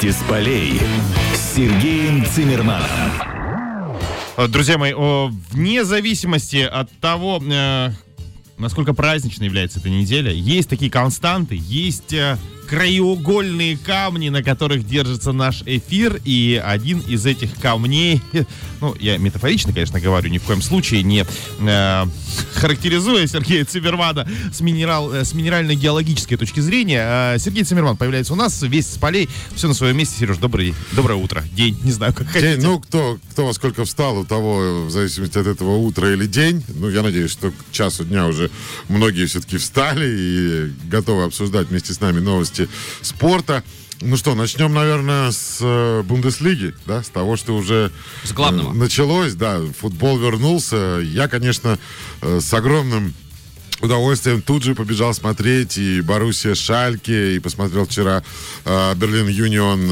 Новости с полей с Сергеем Циммерманом. Друзья мои, вне зависимости от того, насколько праздничной является эта неделя, есть такие константы, есть краеугольные камни, на которых держится наш эфир, и один из этих камней, ну, я метафорично, конечно, говорю, ни в коем случае не характеризуя Сергея Циммермана с минерально-геологической точки зрения. Сергей Циммерман появляется у нас, весь с полей, все на своем месте. Сереж, доброе утро, день, не знаю, как хотите. Ну, кто во сколько встал, у того, в зависимости от этого, утро или день. Ну, я надеюсь, что к часу дня уже многие все-таки встали и готовы обсуждать вместе с нами новости спорта. Ну что, начнем, наверное, с Бундеслиги, да, с того, что уже с главного началось, да, футбол вернулся. Я, конечно, с огромным удовольствием тут же побежал смотреть и Боруссия Шальке, и посмотрел вчера Берлин Юнион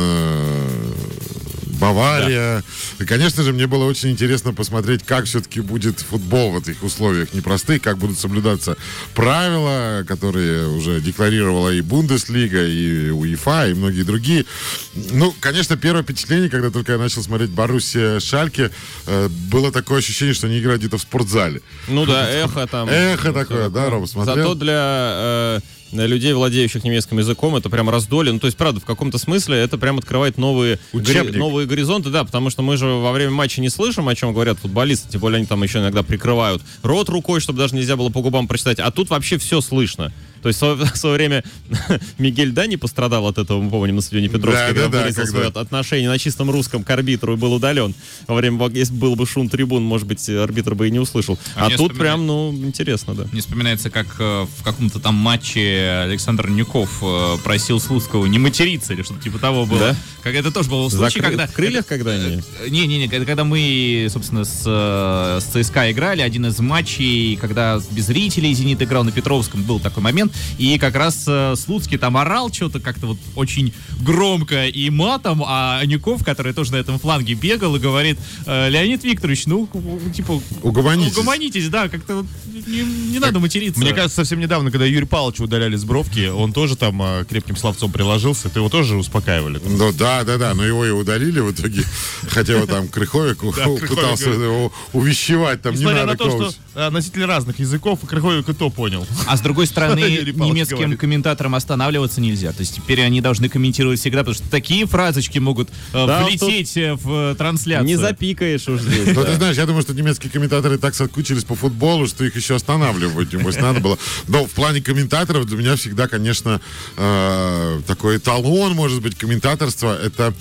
Бавария. Да. И, конечно же, мне было очень интересно посмотреть, как все-таки будет футбол в этих условиях непростых, как будут соблюдаться правила, которые уже декларировала и Бундеслига, и УЕФА, и многие другие. Ну, конечно, первое впечатление, когда только я начал смотреть Боруссия Шальке, было такое ощущение, что они играют где-то в спортзале. Ну да, эхо там. Эхо такое, да, Ром, смотрел? Зато для людей, владеющих немецким языком, это прям раздолье. Ну, то есть, правда, в каком-то смысле это прям открывает новые горизонты, да, потому что мы же во время матча не слышим, о чем говорят футболисты, тем более они там еще иногда прикрывают рот рукой, чтобы даже нельзя было по губам прочитать, а тут вообще все слышно. То есть в свое время Мигель Дани пострадал от этого, мы помним, на стадионе Петровский, когда выразил свое отношение на чистом руком к арбитру и был удален. Во время, если был бы шум трибун, может быть, арбитр бы и не услышал. А тут прям, интересно, да. Мне вспоминается, как в каком-то там матче Александр Нюков просил Слуцкого не материться или что-то типа того было. Да? Как это тоже был случай, когда... В крыльях когда они? Не, когда мы, собственно, с ЦСКА играли, один из матчей, когда без зрителей «Зенит» играл на Петровском, был такой момент, и как раз Слуцкий там орал что-то как-то вот очень громко и матом, а Нюков, который тоже на этом фланге бегал, и говорит: Леонид Викторович, угомонитесь, да, как-то вот не надо материться. Мне кажется, совсем недавно, когда Юрия Павловича удаляли с бровки, он тоже там крепким словцом приложился, то его тоже успокаивали. Ну да, но его и удалили в итоге, хотя его там Крыховик пытался его увещевать, там не надо. Несмотря на то, что носители разных языков, Крыховик и то понял. А с другой стороны, немецким комментаторам останавливаться нельзя. То есть теперь они должны комментировать всегда, потому что такие фразочки могут влететь в трансляцию. Не запикаешь уж здесь. Ну, ты знаешь, я думаю, что немецкие комментаторы так соскучились по футболу, что их еще останавливать, небось, надо было. Но в плане комментаторов для меня всегда, конечно, такой эталон, может быть, комментаторства, это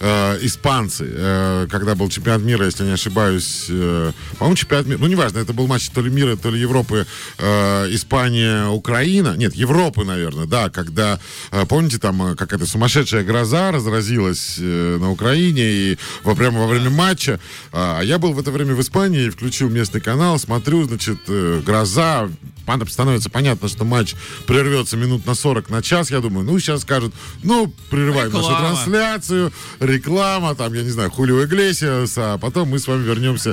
испанцы. Когда был чемпионат мира, если не ошибаюсь, по-моему, чемпионат мира, ну, неважно, это был матч то ли мира, то ли Европы, Испания, Украина, нет, Европы, наверное, да, когда, помните, там какая-то сумасшедшая гроза разразилась на Украине, и прямо во время матча, а я был в это время в Испании, включил местный канал, смотрю, значит, гроза, становится понятно, что матч прервется минут на 40, на час, я думаю, сейчас скажут, прерываем нашу трансляцию, реклама, там, я не знаю, Хулио Иглесиас, а потом мы с вами вернемся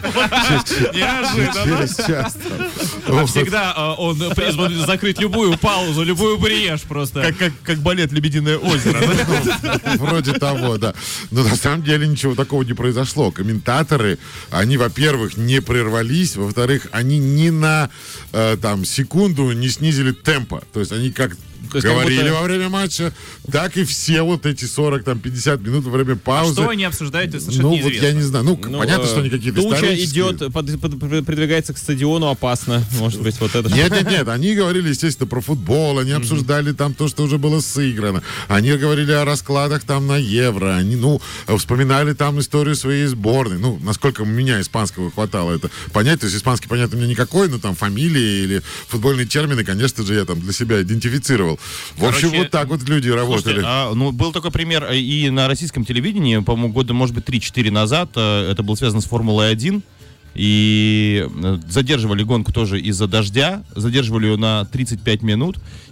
через час. Как всегда, он призван закрыть любую паузу, любую брешь просто. Как балет «Лебединое озеро». Вроде того, да. Но на самом деле ничего такого не произошло. Комментаторы, они, во-первых, не прервались, во-вторых, они ни на секунду не снизили темпа. То есть они как говорили во время матча, так и все вот эти 40-50 минут во время паузы. А что они обсуждают, это совершенно неизвестно. Вот я не знаю. Понятно, что они какие-то исторические. Туча идет, продвигается к стадиону, опасно. Может быть, вот это. Нет. Они говорили, естественно, про футбол. Они обсуждали там то, что уже было сыграно. Они говорили о раскладах там на Евро. Они, вспоминали там историю своей сборной. Насколько у меня испанского хватало это понять. То есть испанский, понятно, у меня никакой, но там фамилии или футбольные термины, конечно же, я там для себя идентифицировал. В общем, вот так вот люди работали. Слушайте, был такой пример и на российском телевидении, по-моему, года, может быть, 3-4 назад. Это было связано с Формулой-1. И задерживали гонку тоже из-за дождя. Задерживали ее на 35 минут.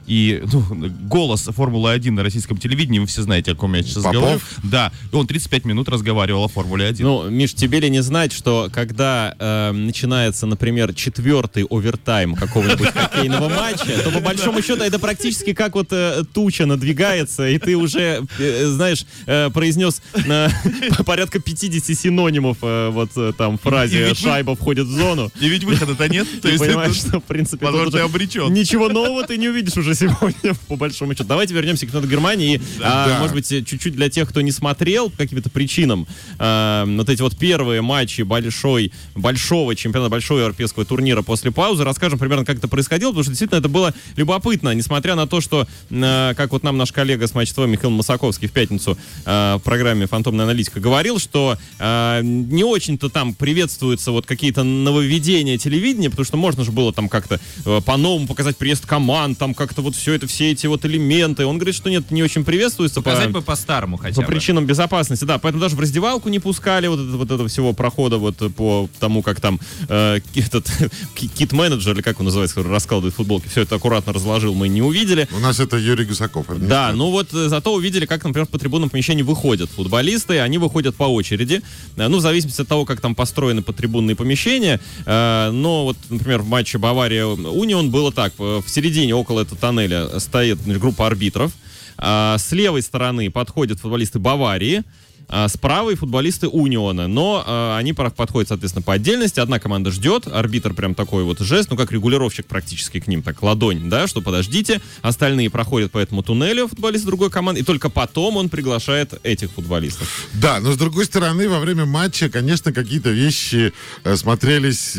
и голос Формулы-1 на российском телевидении, вы все знаете, о ком я сейчас говорю. Да, и он 35 минут разговаривал о Формуле-1. Ну, Миш, тебе ли не знать, что когда начинается, например, 4-й овертайм какого-нибудь хоккейного матча, то по большому счету это практически как вот туча надвигается, и ты уже, знаешь, произнес порядка 50 синонимов вот там фразе «шайба входит в зону». И ведь выхода-то нет. То есть понимаешь, что, в принципе, ты обречен. Ничего нового ты не увидишь уже сегодня, по большому счету. Давайте вернемся к чемпионату Германии. Может быть, чуть-чуть для тех, кто не смотрел по каким-то причинам, вот эти вот первые матчи большого чемпионата, большого европейского турнира после паузы, расскажем примерно, как это происходило, потому что действительно это было любопытно, несмотря на то, что, как вот нам наш коллега с Матч ТВ Михаил Масаковский в пятницу в программе «Фантомная аналитика» говорил, что не очень-то там приветствуются вот какие-то нововведения телевидения, потому что можно же было там как-то по-новому показать приезд команд, там как-то вот все эти вот элементы. Он говорит, что нет, не очень приветствуется. Показать бы по-старому хотя бы. По причинам безопасности, да. Поэтому даже в раздевалку не пускали вот этого всего прохода вот по тому, как там кит-менеджер, или как он называется, который раскладывает футболки, все это аккуратно разложил, мы не увидели. У нас это Юрий Гусаков. Да, ну вот зато увидели, как, например, по трибунным помещениям выходят футболисты, они выходят по очереди, ну, в зависимости от того, как там построены подтрибунные помещения, но вот, например, в матче Бавария-Унион было так, в середине, около этого тоннеля стоит группа арбитров, с левой стороны подходят футболисты Баварии, с правой футболисты Униона, но они подходят, соответственно, по отдельности. Одна команда ждет, арбитр прям такой вот жест, ну как регулировщик практически к ним, так ладонь, да, что подождите. Остальные проходят по этому туннелю, футболисты другой команды, и только потом он приглашает этих футболистов. Да, но с другой стороны, во время матча, конечно, какие-то вещи смотрелись,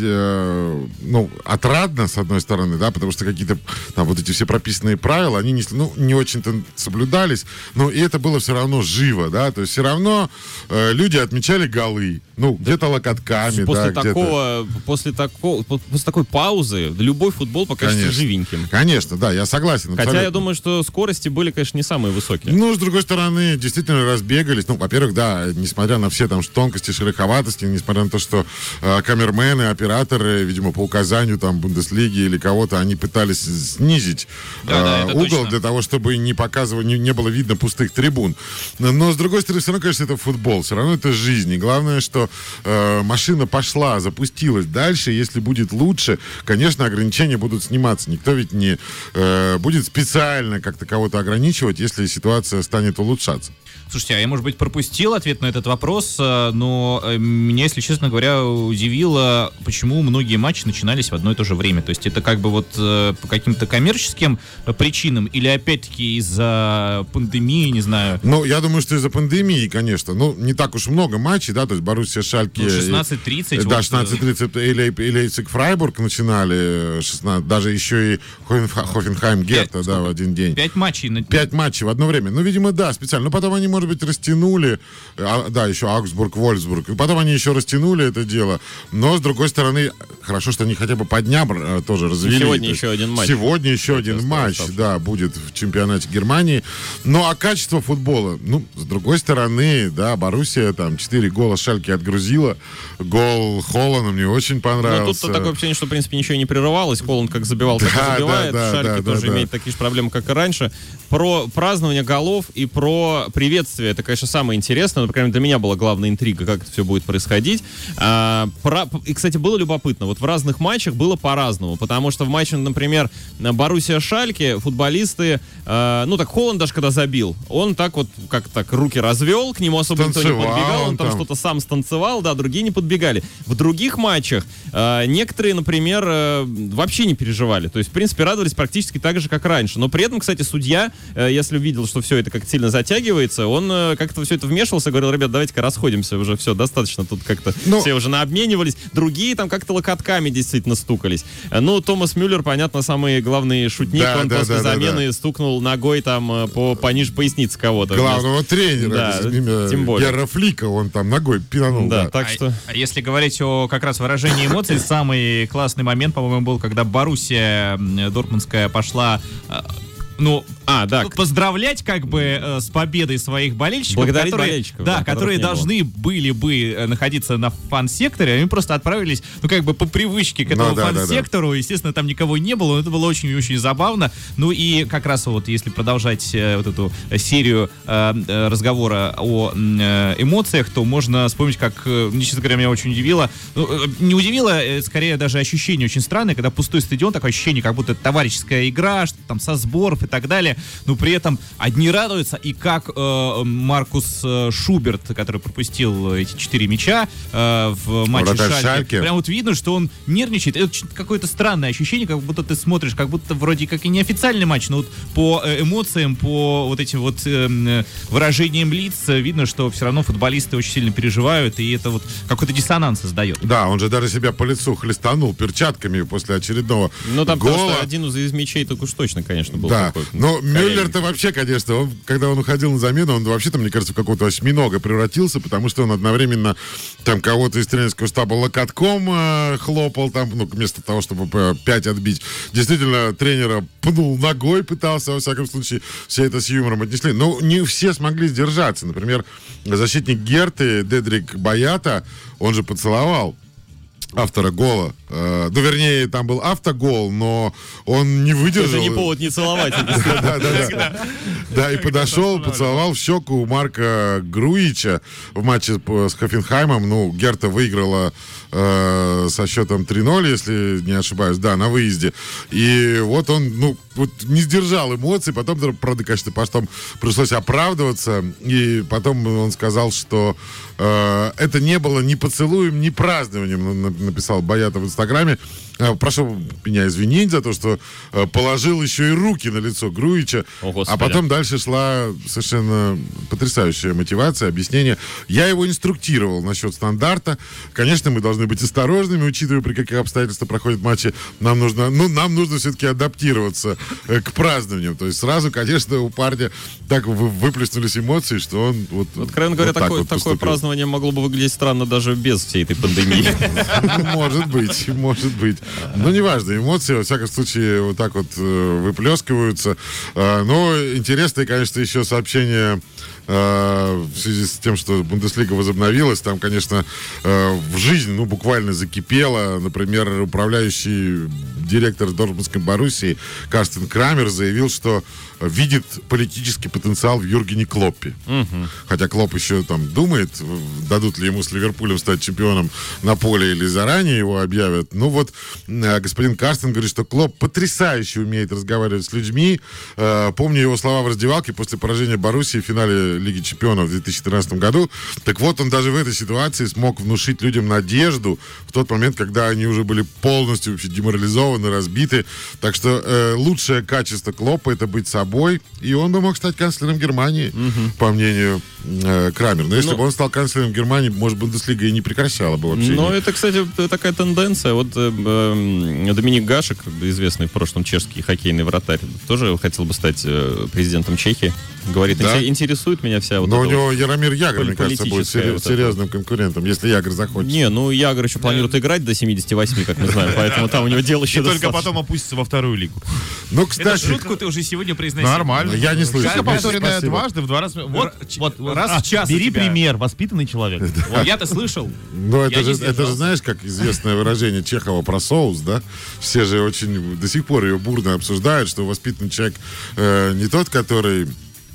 отрадно, с одной стороны, да, потому что какие-то там вот эти все прописанные правила, они не очень-то соблюдались, но и это было все равно живо, да, то есть все равно люди отмечали голы, где-то локотками, после такой паузы любой футбол покажется живеньким. Конечно, да, я согласен. Хотя абсолютно. Я думаю, что скорости были, конечно, не самые высокие. С другой стороны, действительно разбегались. Во-первых, да, несмотря на все там тонкости, шероховатости, несмотря на то, что камермены, операторы, видимо, по указанию там Бундеслиги или кого-то, они пытались снизить угол точно. Для того, чтобы не было видно пустых трибун. Но, с другой стороны, все равно, конечно, это футбол, все равно это жизнь. И главное, что машина пошла, запустилась дальше. Если будет лучше, конечно, ограничения будут сниматься. Никто ведь не будет специально как-то кого-то ограничивать, если ситуация станет улучшаться. Слушайте, а я, может быть, пропустил ответ на этот вопрос, но меня, если честно говоря, удивило, почему многие матчи начинались в одно и то же время. То есть это как бы вот по каким-то коммерческим причинам или опять-таки из-за пандемии, не знаю? Я думаю, что из-за пандемии, конечно. Не так уж много матчей, да, то есть Боруссия, Шальке... 16:30. Да, 16:30 или Фрайбург начинали, 16, даже еще и Хофенхайм, Герта, да, в один день. 5 матчей. 5 матчей в одно время. Видимо, да, специально. Но потом они, может быть, растянули, да, еще Аугсбург, Вольфсбург, и потом они еще растянули это дело, но, с другой стороны, хорошо, что они хотя бы по дням тоже развели. Сегодня еще один матч. Сегодня еще один матч, да, будет в чемпионате Германии. А качество футбола, с другой стороны, да, Боруссия там 4 гола Шальке отгрузила, гол Холлана мне очень понравился. Тут такое ощущение, что, в принципе, ничего не прерывалось, Холланд как забивал, так и забивает, Шальке тоже имеет такие же проблемы, как и раньше. Про празднование голов и про приветствие, это, конечно, самое интересное, но, по крайней мере, для меня была главная интрига, как это все будет происходить. И, кстати, было любопытно, вот в разных матчах было по-разному, потому что в матче, например, Боруссия-Шальке футболисты, так Холланд даже когда забил, он так вот, как так, руки развел, к нему особо никто не подбегал, он там что-то сам станцевал, да, другие не подбегали. В других матчах некоторые, например, вообще не переживали, то есть, в принципе, радовались практически так же, как раньше, но при этом, кстати, судья, если увидел, что все это как-то сильно затягивается, он как-то все это вмешивался, говорил: ребят, давайте-ка расходимся, уже все, достаточно, тут как-то все уже наобменивались, другие там как-то локотками действительно стукались. Томас Мюллер, понятно, самый главный шутник, он после замены стукнул ногой там пониже поясницы кого-то. Главного тренера, тем более. Герра Флика, он там ногой пинанул. Да, так что... А если говорить о как раз выражении эмоций, самый классный момент, по-моему, был, когда Боруссия Дортмундская пошла... поздравлять как бы с победой своих болельщиков, благодарить болельщиков, которые должны были бы находиться на фан-секторе, они просто отправились, по привычке к этому фан-сектору, естественно, там никого не было, но это было очень-очень забавно. Ну и как раз вот, если продолжать вот эту серию разговора о эмоциях, то можно вспомнить, как, честно говоря, меня очень удивило, не удивило, скорее даже ощущение очень странное, когда пустой стадион, такое ощущение, как будто это товарищеская игра, что там со сборов и так далее, но при этом одни радуются, и как Маркус Шуберт, который пропустил эти 4 мяча в матче Шальке, прям вот видно, что он нервничает. Это какое-то странное ощущение, как будто ты смотришь, как будто вроде как и не официальный матч, но вот по эмоциям, по вот этим вот выражениям лиц видно, что все равно футболисты очень сильно переживают, и это вот какой-то диссонанс создает. Да, он же даже себя по лицу хлестанул перчатками после очередного там гола. Один из мячей так уж точно, конечно, был такой. Но Мюллер-то вообще, конечно, когда он уходил на замену, он вообще там, мне кажется, в какого-то осьминога превратился, потому что он одновременно там кого-то из тренерского штаба локотком хлопал, там, вместо того, чтобы 5 отбить. Действительно, тренера пнул ногой, пытался, во всяком случае, все это с юмором отнесли. Но не все смогли сдержаться. Например, защитник Герты, Дедрик Боята, он же поцеловал автора гола. Вернее, там был автогол, но он не выдержал. Это не повод не целовать. Да, и подошел, поцеловал в щеку Марка Груича в матче с Хофенхаймом. Герта выиграла со счетом 3-0, если не ошибаюсь, на выезде. И вот он, не сдержал эмоций. Потом, правда, конечно, потом пришлось оправдываться. И потом он сказал, что это не было ни поцелуем, ни празднованием, написал Боята в Инстаграме. Прошу меня извинить за то, что положил еще и руки на лицо Груича. А потом дальше шла совершенно потрясающая мотивация, объяснение. Я его инструктировал насчет стандарта. Конечно, мы должны быть осторожными, учитывая, при каких обстоятельствах проходят матчи. Нам нужно все-таки адаптироваться к празднованиям. То есть сразу, конечно, у парня так выплеснулись эмоции, что он откровенно говоря, такое празднование могло бы выглядеть странно даже без всей этой пандемии. Может быть. Но неважно, эмоции, во всяком случае, вот так вот выплескиваются. Но интересное, конечно, еще сообщение в связи с тем, что Бундеслига возобновилась. Там, конечно, в жизнь, буквально закипело. Например, управляющий директор Дортмундской Боруссии Карстен Крамер заявил, что видит политический потенциал в Юргене Клоппе. Хотя Клопп еще там думает, дадут ли ему с Ливерпулем стать чемпионом на поле или заранее его объявят. Господин Карстен говорит, что Клопп потрясающе умеет разговаривать с людьми. Помню его слова в раздевалке после поражения Боруссии в финале Лиги чемпионов в 2013 году. Так вот, он даже в этой ситуации смог внушить людям надежду в тот момент, когда они уже были полностью вообще деморализованы, разбиты. Так что лучшее качество Клоппа — это быть собой. И он бы мог стать канцлером Германии, по мнению Крамера. Но если бы он стал канцлером Германии, может, Бундеслига и не прекращала бы вообще. Это, кстати, такая тенденция. Вот Доминик Гашек, известный в прошлом чешский хоккейный вратарь, тоже хотел бы стать президентом Чехии. Говорит, интересует меня вся вот но эта у него Яромир Ягр, мне кажется, будет серьезным конкурентом, если Ягр захочет. Ягр еще планирует играть до 78, как мы знаем, поэтому там у него дело еще достаточно. И только потом опустится во вторую лигу. Кстати... Эту шутку ты уже сегодня произносил. Нормально. Я не слышал. Повторенная дважды, в 2 раза. Раз в час. Бери пример, воспитанный человек. Я-то слышал. Это же, знаешь, как известное выражение Чехова про соус, да? Все же очень до сих пор ее бурно обсуждают, что воспитанный человек не тот, который...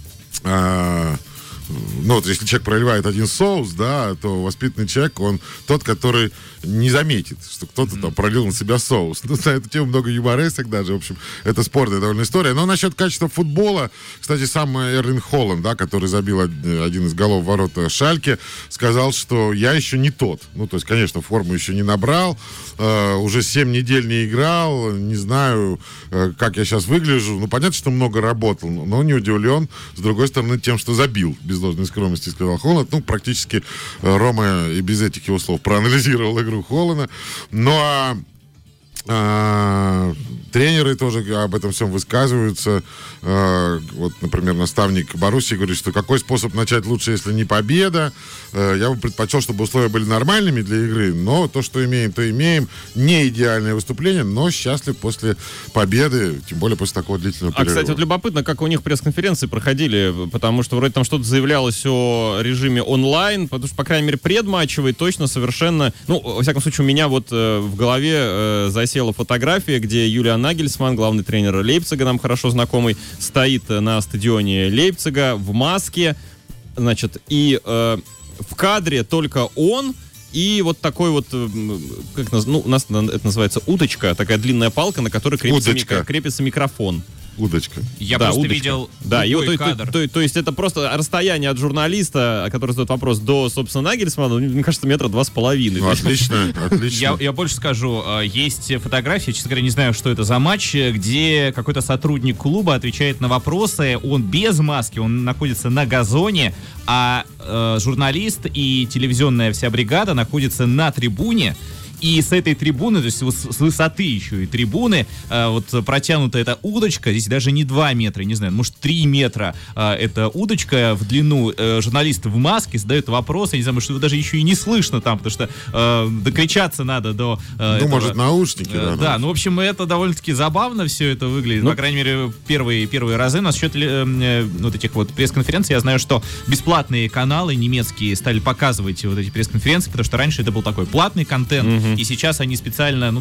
если человек проливает один соус, да, то воспитанный человек, он тот, который не заметит, что кто-то там пролил на себя соус. На эту тему много юморесок даже, в общем, это спорная довольно история. Но насчет качества футбола, кстати, сам Эрлинг Холланд, да, который забил один из голов в ворота Шальке, сказал, что я еще не тот. То есть, конечно, форму еще не набрал, уже 7 недель не играл, не знаю, как я сейчас выгляжу. Понятно, что много работал, но не удивлен, с другой стороны, тем, что забил, без ложной скромности, сказал Холланд. Практически Рома и без этих его слов проанализировал игру Холлана. Тренеры тоже об этом всем высказываются. Вот, например, наставник Боруссии говорит, что какой способ начать лучше, если не победа. Я бы предпочел, чтобы условия были нормальными для игры, но то, что имеем, то имеем. Не идеальное выступление, но счастлив после победы, тем более после такого длительного перерыва. Кстати, вот любопытно, как у них пресс-конференции проходили, потому что вроде там что-то заявлялось о режиме онлайн, потому что, по крайней мере, предматчевый точно совершенно... Ну, во всяком случае, у меня вот в голове засела фотография, где Юлиан Нагельсман, главный тренер Лейпцига, нам хорошо знакомый, стоит на стадионе Лейпцига в маске, значит, и в кадре только он и вот такой вот, как у нас это называется, удочка, такая длинная палка, на которой крепится микрофон. Удочка. Я просто удочка. Видел кадр. То есть это просто расстояние от журналиста, который задает вопрос, до, собственно, Нагельсмана, мне кажется, 2,5 метра. Ну, отлично, отлично. Я больше скажу. Есть фотография, честно говоря, не знаю, что это за матч, где какой-то сотрудник клуба отвечает на вопросы. Он без маски, он находится на газоне, а журналист и телевизионная вся бригада находится на трибуне. И с этой трибуны, то есть с высоты еще и трибуны, вот протянута эта удочка, здесь даже не 2 метра, не знаю, может 3 метра эта удочка в длину. Журналист в маске задает вопросы, я не знаю, может, его даже еще и не слышно там, потому что докричаться надо до... может, наушники, да. Да, ну, в общем, это довольно-таки забавно все это выглядит. По крайней мере, первые разы. Насчет вот этих вот пресс-конференций, я знаю, что бесплатные каналы немецкие стали показывать вот эти пресс-конференции, потому что раньше это был такой платный контент, и сейчас они специально,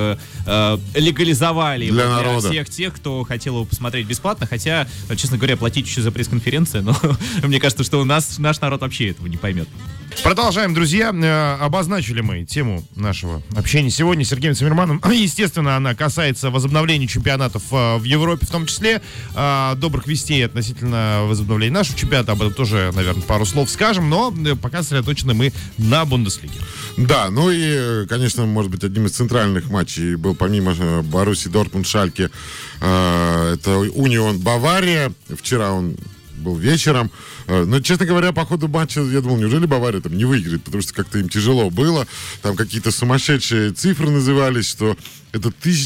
легализовали для всех тех, кто хотел его посмотреть бесплатно, хотя, честно говоря, платить еще за пресс-конференции, но мне кажется, что наш народ вообще этого не поймет. Продолжаем, друзья. Обозначили мы тему нашего общения сегодня с Сергеем Циммерманом. Естественно, она касается возобновления чемпионатов в Европе, в том числе. Добрых вестей относительно возобновления нашего чемпионата. Об этом тоже, наверное, пару слов скажем, но пока сосредоточены мы на Бундеслиге. Да, ну и, конечно, может быть, одним из центральных матчей был, помимо Боруссии Дортмунд-Шальке, это Унион Бавария. Вчера он был вечером. Но, честно говоря, по ходу матча я думал, неужели Бавария там не выиграет, потому что как-то им тяжело было. Там какие-то сумасшедшие цифры назывались, что это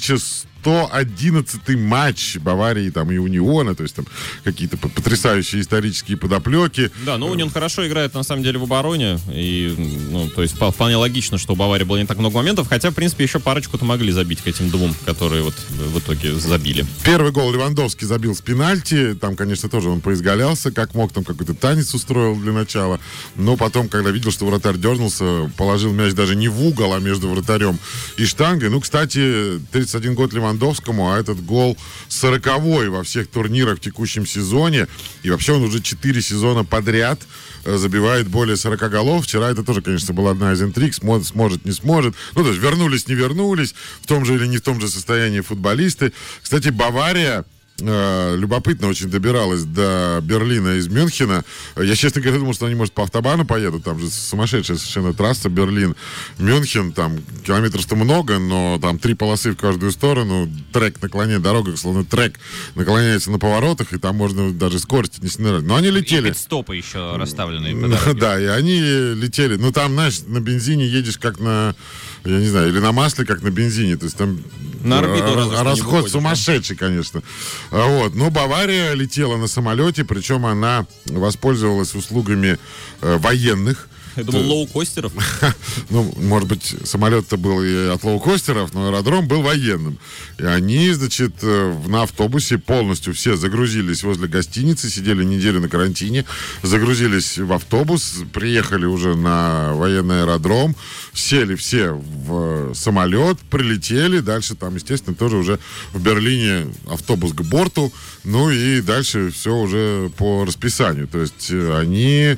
1111 матч Баварии там, и Униона, то есть там какие-то потрясающие исторические подоплеки. Да, но Унион хорошо играет, на самом деле, в обороне, и, то есть вполне логично, что у Баварии было не так много моментов, хотя, в принципе, еще парочку-то могли забить к этим двум, которые вот в итоге забили. Первый гол Левандовский забил с пенальти, там, конечно, тоже он поизгалялся, как мог, там какой-то танец устроил для начала, но потом, когда видел, что вратарь дернулся, положил мяч даже не в угол, а между вратарем и штангой. Ну, кстати, 31 год Левандовскому, а этот гол 40-й во всех турнирах в текущем сезоне. И вообще он уже 4 сезона подряд забивает более 40 голов. Вчера это тоже, конечно, была одна из интриг. Сможет, не сможет. Ну, то есть вернулись, не вернулись. В том же или не в том же состоянии футболисты. Кстати, Бавария любопытно очень добиралась до Берлина из Мюнхена. Я, честно говоря, думал, что они, может, по автобану поедут. Там же сумасшедшая совершенно трасса Берлин-Мюнхен. Там километров-то много, но там 3 полосы в каждую сторону. Трек наклоняет, дорога, словно трек наклоняется на поворотах, и там можно даже скорость не снижать. Но они летели. И пит-стопы еще расставленные по дороге. Да, и они летели. Ну, там, знаешь, на бензине едешь как на, я не знаю, или на масле, как на бензине. То есть там на орбиту расход сумасшедший, конечно. Вот. Но Бавария летела на самолете, причем она воспользовалась услугами военных. Я думал, лоукостеров. Ну, может быть, самолет-то был и от лоукостеров, но аэродром был военным. И они, значит, на автобусе полностью все загрузились возле гостиницы, сидели неделю на карантине, загрузились в автобус, приехали уже на военный аэродром, сели все в самолет, прилетели, дальше там, естественно, тоже уже в Берлине автобус к борту, ну и дальше все уже по расписанию. То есть они...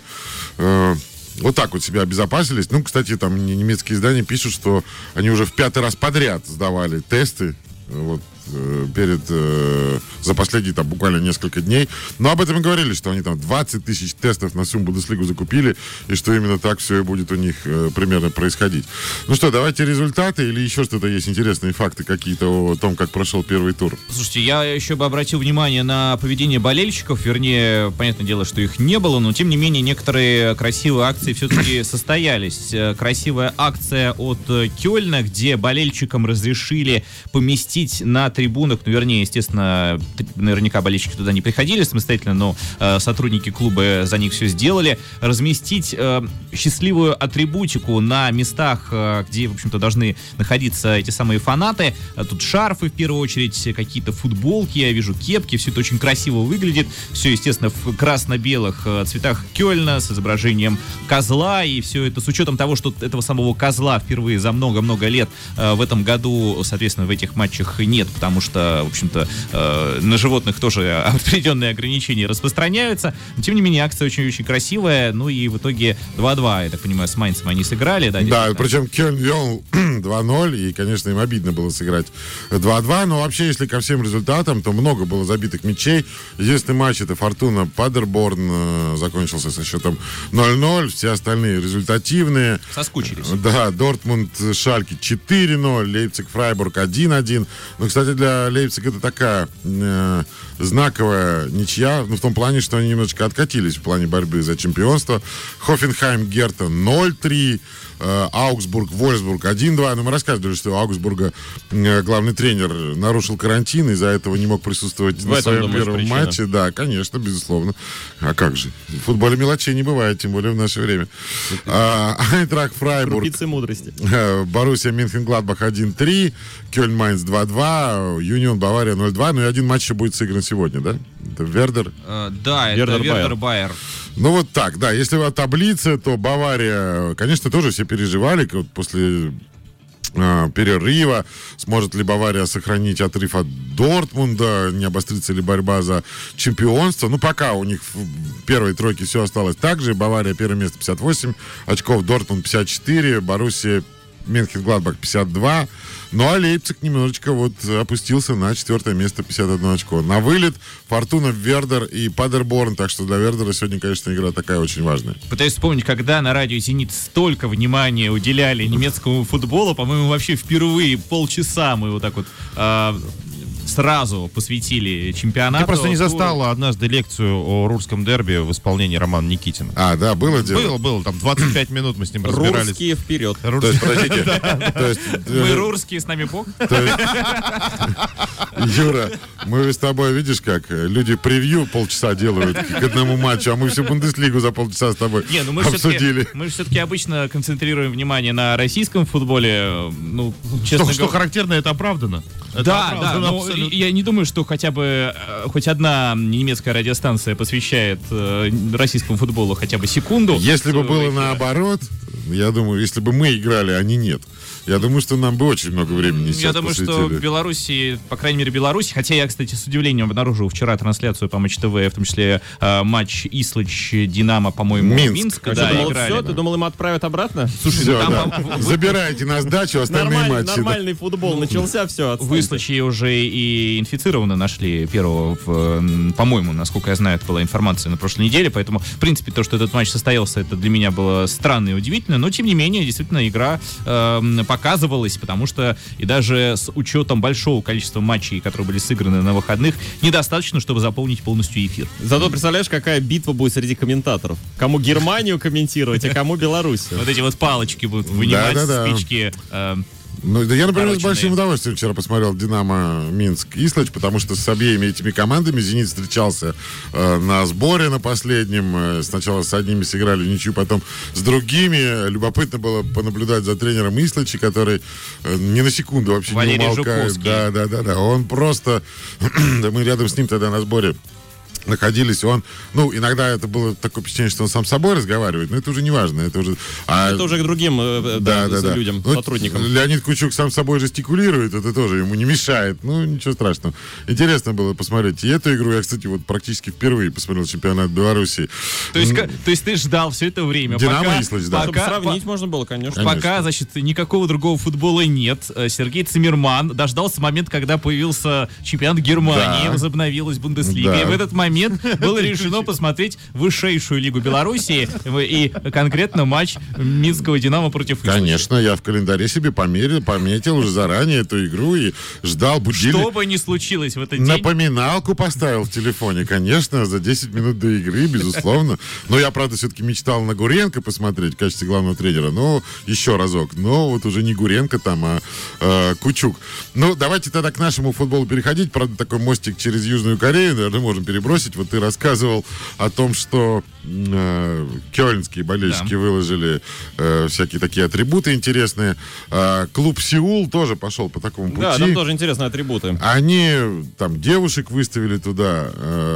вот так вот себя обезопасились. Ну, кстати, там немецкие издания пишут, что они уже в 5-й раз подряд сдавали тесты. Вот, за последние там буквально несколько дней. Но об этом и говорили, что они там 20 тысяч тестов на всю Бундеслигу закупили, и что именно так все и будет у них примерно происходить. Ну что, давайте результаты или еще что-то есть, интересные факты какие-то о том, как прошел первый тур. Слушайте, я еще бы обратил внимание на поведение болельщиков, вернее, понятное дело, что их не было, но тем не менее некоторые красивые акции все-таки состоялись. Красивая акция от Кёльна, где болельщикам разрешили поместить на трибунах, ну, вернее, естественно, наверняка болельщики туда не приходили самостоятельно, но сотрудники клуба за них все сделали, разместить счастливую атрибутику на местах, где, в общем-то, должны находиться эти самые фанаты. Тут шарфы, в первую очередь, какие-то футболки, я вижу кепки, все это очень красиво выглядит. Все, естественно, в красно-белых цветах Кёльна с изображением козла, и все это с учетом того, что этого самого козла впервые за много-много лет в этом году, соответственно, в этих матчах нет, потому что, в общем-то, на животных тоже определенные ограничения распространяются. Но, тем не менее, акция очень-очень красивая. Ну и в итоге 2-2, я так понимаю, с Майнцем они сыграли. Да, причем Кёльн вел 2-0, и, конечно, им обидно было сыграть 2-2. Но вообще, если ко всем результатам, то много было забитых мячей. Единственный матч — это Фортуна Падерборн, закончился со счетом 0-0. Все остальные результативные. Соскучились. Да, Дортмунд Шальке 4-0, Лейпциг Фрайбург 1-1. Ну, кстати, для Лейпцига это такая знаковая ничья, ну, в том плане, что они немножечко откатились в плане борьбы за чемпионство. Хофенхайм Герта 0-3, Аугсбург Вольсбург 1-2. Но мы рассказывали, что у Аугсбурга главный тренер нарушил карантин, из-за этого не мог присутствовать на своем первом матче. Да, конечно, безусловно. А как же? В футболе мелочей не бывает, тем более в наше время. Айнтрахт Фрайбург. Крупицы мудрости. Боруссия Мюнхен-Гладбах 1-3, Кёльн-Майнц 2-2, Юнион Бавария 0-2. Ну и один матч еще будет сыгран сегодня, да? Это Вердер? Да, это Вердер-Байер. Ну вот так, да. Если о таблице, то Бавария, конечно, тоже все переживали вот после перерыва, сможет ли Бавария сохранить отрыв от Дортмунда, не обострится ли борьба за чемпионство. Ну, пока у них в первой тройке все осталось так же. Бавария первое место 58 очков, Дортмунд 54, Боруссия Мюнхен-Гладбах 52. Ну, а Лейпциг немножечко вот опустился на 4 место, 51 очко. На вылет Фортуна, Вердер и Падерборн. Так что для Вердера сегодня, конечно, игра такая очень важная. Пытаюсь вспомнить, когда на радио «Зенит» столько внимания уделяли немецкому футболу. По-моему, вообще впервые полчаса мы вот так вот сразу посвятили чемпионату. Ты просто не застала однажды лекцию о русском дерби в исполнении Романа Никитина. А, да, было дело? Было. Там 25 минут мы с ним разбирались. Русские вперед. То есть, подождите. Мы русские, с нами Бог. Юра, мы с тобой, видишь как, люди превью полчаса делают к одному матчу, а мы всю Бундеслигу за полчаса с тобой обсудили. Мы же все-таки обычно концентрируем внимание на российском футболе. Ну, честно говоря, что характерно, это оправдано. Да, но я не думаю, что хотя бы хоть одна немецкая радиостанция посвящает российскому футболу хотя бы секунду. Если бы было наоборот, я думаю, если бы мы играли, а они нет. Я думаю, что нам бы очень много времени сейчас Я думаю, посвятили. что в Беларуси, по крайней мере, Беларуси, хотя я, кстати, с удивлением обнаружил вчера трансляцию по Матч ТВ, в том числе матч Ислыч-Динамо, по-моему, Минск. Да, думал, играли. все, ты думал, им отправят обратно? Слушай, Все, ну, там, да. Забирайте на сдачу остальные матчи. Нормальный футбол начался, все. В Ислыче уже и инфицированно нашли первого, по-моему, насколько я знаю, это была информация на прошлой неделе, поэтому, в принципе, то, что этот матч состоялся, это для меня было странно и удивительно, но, тем не менее, действительно, игра показывалась, потому что и даже с учетом большого количества матчей, которые были сыграны на выходных, недостаточно, чтобы заполнить полностью эфир. Зато представляешь, какая битва будет среди комментаторов. Кому Германию комментировать, а кому Белоруссию. Вот эти вот палочки будут вынимать, спички. Ну, да я, например, с большим удовольствием вчера посмотрел «Динамо» Минск-Ислыч, потому что с обеими этими командами «Зенит» встречался на сборе на последнем. Сначала с одними сыграли ничью, потом с другими. Любопытно было понаблюдать за тренером Ислыча, который ни на секунду вообще Валерий не умолкает. Жуковский. Да. Он просто... Мы рядом с ним тогда на сборе находились, он, ну, иногда это было такое впечатление, что он сам с собой разговаривает, но это уже не важно, это уже к другим людям, сотрудникам. Леонид Кучук сам с собой жестикулирует, это тоже ему не мешает, ну, ничего страшного. Интересно было посмотреть и эту игру, я, кстати, вот практически впервые посмотрел чемпионат Беларуси. То есть ты ждал все это время, Динамо Ислыч, да. Чтобы сравнить можно было, конечно. Пока, значит, никакого другого футбола нет. Сергей Циммерман дождался момента, когда появился чемпионат Германии, Да. возобновилась Бундеслига, Да. и в этот момент было решено посмотреть высшую лигу Белоруссии и конкретно матч Минского Динамо против Ислыча. Конечно, я в календаре себе пометил уже заранее эту игру и ждал будильник. Что бы ни случилось в этот день. Напоминалку поставил в телефоне, конечно, за 10 минут до игры, безусловно. Но я, правда, все-таки мечтал на Гуренко посмотреть в качестве главного тренера. Но еще разок. Но вот уже не Гуренко там, а Кучук. Ну, давайте тогда к нашему футболу переходить. Правда, такой мостик через Южную Корею, наверное, можем перебросить. Вот ты рассказывал о том, что кёльнские болельщики выложили всякие такие атрибуты интересные. Клуб «Сеул» тоже пошел по такому пути. Да, там тоже интересные атрибуты. Они там девушек выставили туда.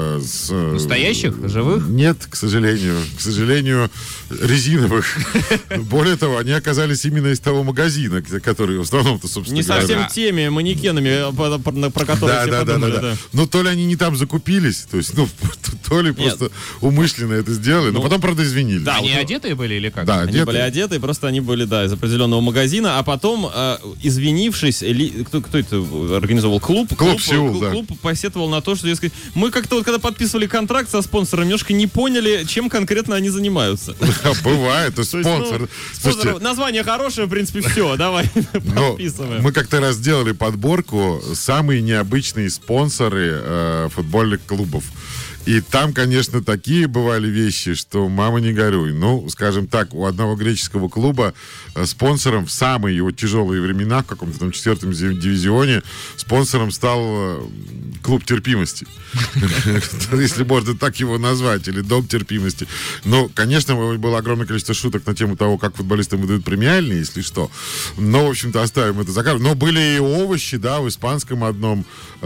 Настоящих? Живых? Нет, к сожалению, резиновых. Более того, они оказались именно из того магазина, который в основном-то, собственно Не говоря... совсем теми манекенами, про которые все подумали. Да. Ну, то ли они не там закупились, то есть, ну, то ли просто умышленно это сделали, но потом, правда, извинились. Да, они одетые были или как? Да, Они были одеты, просто они были, да, из определенного магазина, а потом, извинившись, кто это организовал? Клуб «Сеул», да. Клуб посетовал на то, что, дескать, мы как-то вот когда подписывали контракт со спонсором, немножко не поняли, чем конкретно они занимаются. Бывает, то есть спонсор. Название хорошее, в принципе, все, давай подписываем. Мы как-то раз сделали подборку «Самые необычные спонсоры футбольных клубов». И там, конечно, такие бывали вещи, что мама не горюй. Ну, скажем так, у одного греческого клуба спонсором в самые его тяжелые времена, в каком-то там 4-м дивизионе, спонсором стал клуб терпимости. Если можно так его назвать, или дом терпимости. Но, конечно, было огромное количество шуток на тему того, как футболистам выдают премиальные, если что. Но, в общем-то, оставим это за кадром. Но были и овощи, да, в испанском одном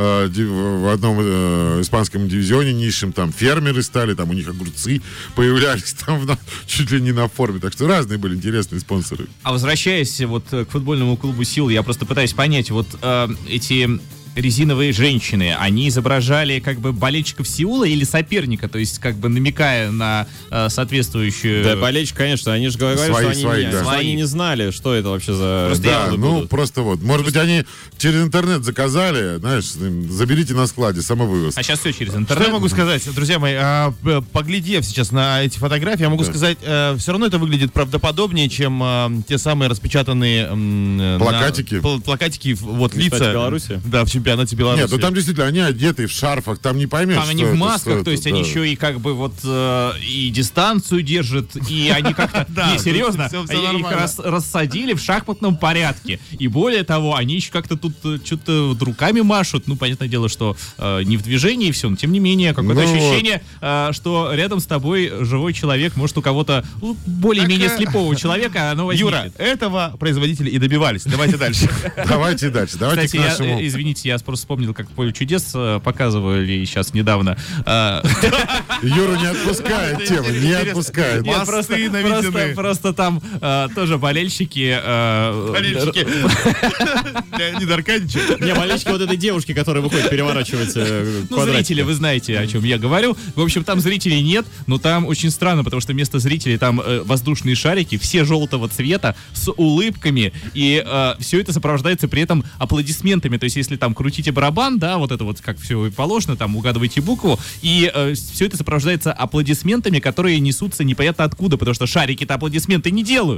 испанском дивизионе низшем, там фермеры стали, там у них огурцы появлялись там чуть ли не на форме. Так что разные были интересные спонсоры. А возвращаясь вот к футбольному клубу «Сеул», я просто пытаюсь понять, вот эти резиновые женщины, они изображали как бы болельщиков Сеула или соперника, то есть как бы намекая на соответствующую... Да, болельщик, конечно, они же говорят, что они не знали, что это вообще за... Да, ну просто вот, может быть, они через интернет заказали, знаешь, заберите на складе, самовывоз. А сейчас все через интернет. Что я могу сказать, друзья мои, поглядев сейчас на эти фотографии, я могу сказать, все равно это выглядит правдоподобнее, чем те самые распечатанные плакатики. Плакатики, вот лица. Беларуси. Да, в чемпионате Беларуси. Нет, ну там действительно они одеты в шарфах, там не поймешь, там они в масках, то есть они еще и как бы вот и дистанцию держат, и они как-то... Не, серьезно, их рассадили в шахматном порядке. И более того, они еще как-то тут что-то руками машут. Ну, понятное дело, что не в движении все, но тем не менее, какое-то ощущение, что рядом с тобой живой человек, может, у кого-то более-менее слепого человека оно возникнет. Юра, этого производители и добивались. Давайте дальше. Давайте дальше. Давайте Кстати, к нашему... извините, я просто вспомнил, как «Поле чудес» показывали сейчас недавно. Юра не отпускает тему, не отпускает. Нет, просто там тоже болельщики... Болельщики. Леонида Аркадьевича. Не, болельщики вот этой девушки, которая выходит переворачивать Ну, зрители, вы знаете, о чем я говорю. В общем, там зрителей нет, но там очень странно, потому что вместо зрителей там воздушные шарики, все желтого цвета, с улыбками, и все это сопровождается при этом аплодисментами. То есть, если там крутите барабан, да, вот это вот как все положено, там угадываете букву, и все это сопровождается аплодисментами, которые несутся непонятно откуда, потому что шарики-то аплодисменты не делают.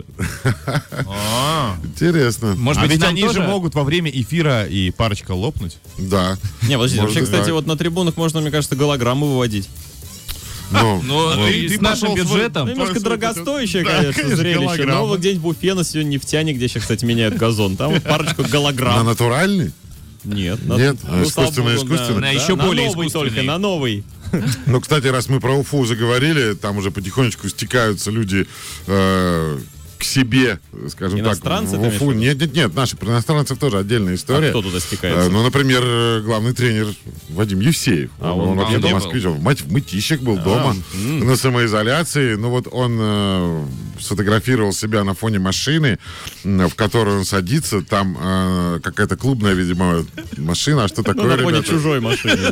Интересно. Может А быть, ведь нам они тоже... же могут во время эфира и парочка лопнуть. Да. Не, подождите, вообще, Может, кстати, да. вот на трибунах можно, мне кажется, голограмму выводить. Ну, Но и с нашим бюджетом... Немножко дорогостоящее, Да, конечно, конечно, зрелище. голограмма. Но вот где-нибудь в Уфе на сегодня нефтяне, где сейчас, кстати, меняют газон. Там вот парочку на голограмм. натуральный? Нет. Нет, ну, слава искусственно, богу, искусственно. На еще более новый искусственный. только, на новый. Ну, кстати, раз мы про Уфу заговорили, там уже потихонечку стекаются люди к себе, скажем так, Иностранцы, в Уфу. Нет, наши, про иностранцев тоже отдельная история. А кто туда стекается? Ну, например, главный тренер Вадим Евсеев. Он вообще-то москвич, он в Мытищах был дома, на самоизоляции. Ну, вот он сфотографировал себя на фоне машины, в которую он садится. Там какая-то клубная, видимо, машина. А что такое, на фоне ребята? чужой машины.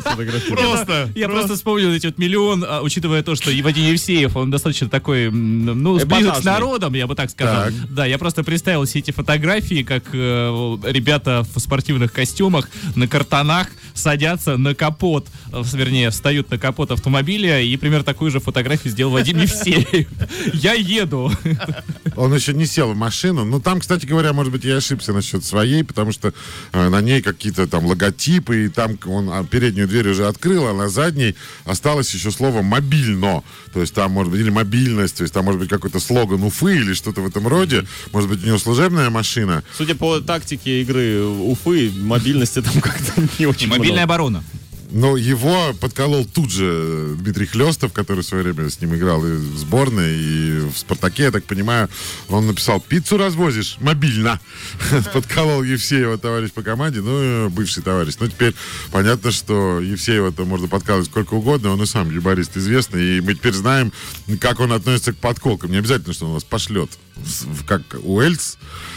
Я просто вспомнил эти вот миллион, учитывая то, что Вадим Евсеев, он достаточно такой, близок с народом, я бы так сказал. Так. Да, я просто представил все эти фотографии, как ребята в спортивных костюмах на картонах садятся на капот, вернее, встают на капот автомобиля, и примерно такую же фотографию сделал Вадим Евсеев. Я еду. Он еще не сел в машину. Ну, там, кстати говоря, может быть, я ошибся насчет своей, потому что на ней какие-то там логотипы, и там он переднюю дверь уже открыл, а на задней осталось еще слово «мобильно». То есть там, может быть, или мобильность, то есть там, может быть, какой-то слоган Уфы или что-то в этом роде. Может быть, у него служебная машина. Судя по тактике игры Уфы, мобильности там как-то не очень много. Мобильная оборона. Но его подколол тут же Дмитрий Хлестов, который в свое время с ним играл и в сборной, и в «Спартаке», я так понимаю. Он написал: «Пиццу развозишь? Мобильно». Подколол Евсеева товарищ по команде, ну, бывший товарищ. Ну, теперь понятно, что Евсеева-то можно подкалывать сколько угодно, он и сам юморист известный, и мы теперь знаем, как он относится к подколкам. Не обязательно, что он нас пошлет, как Уэльс.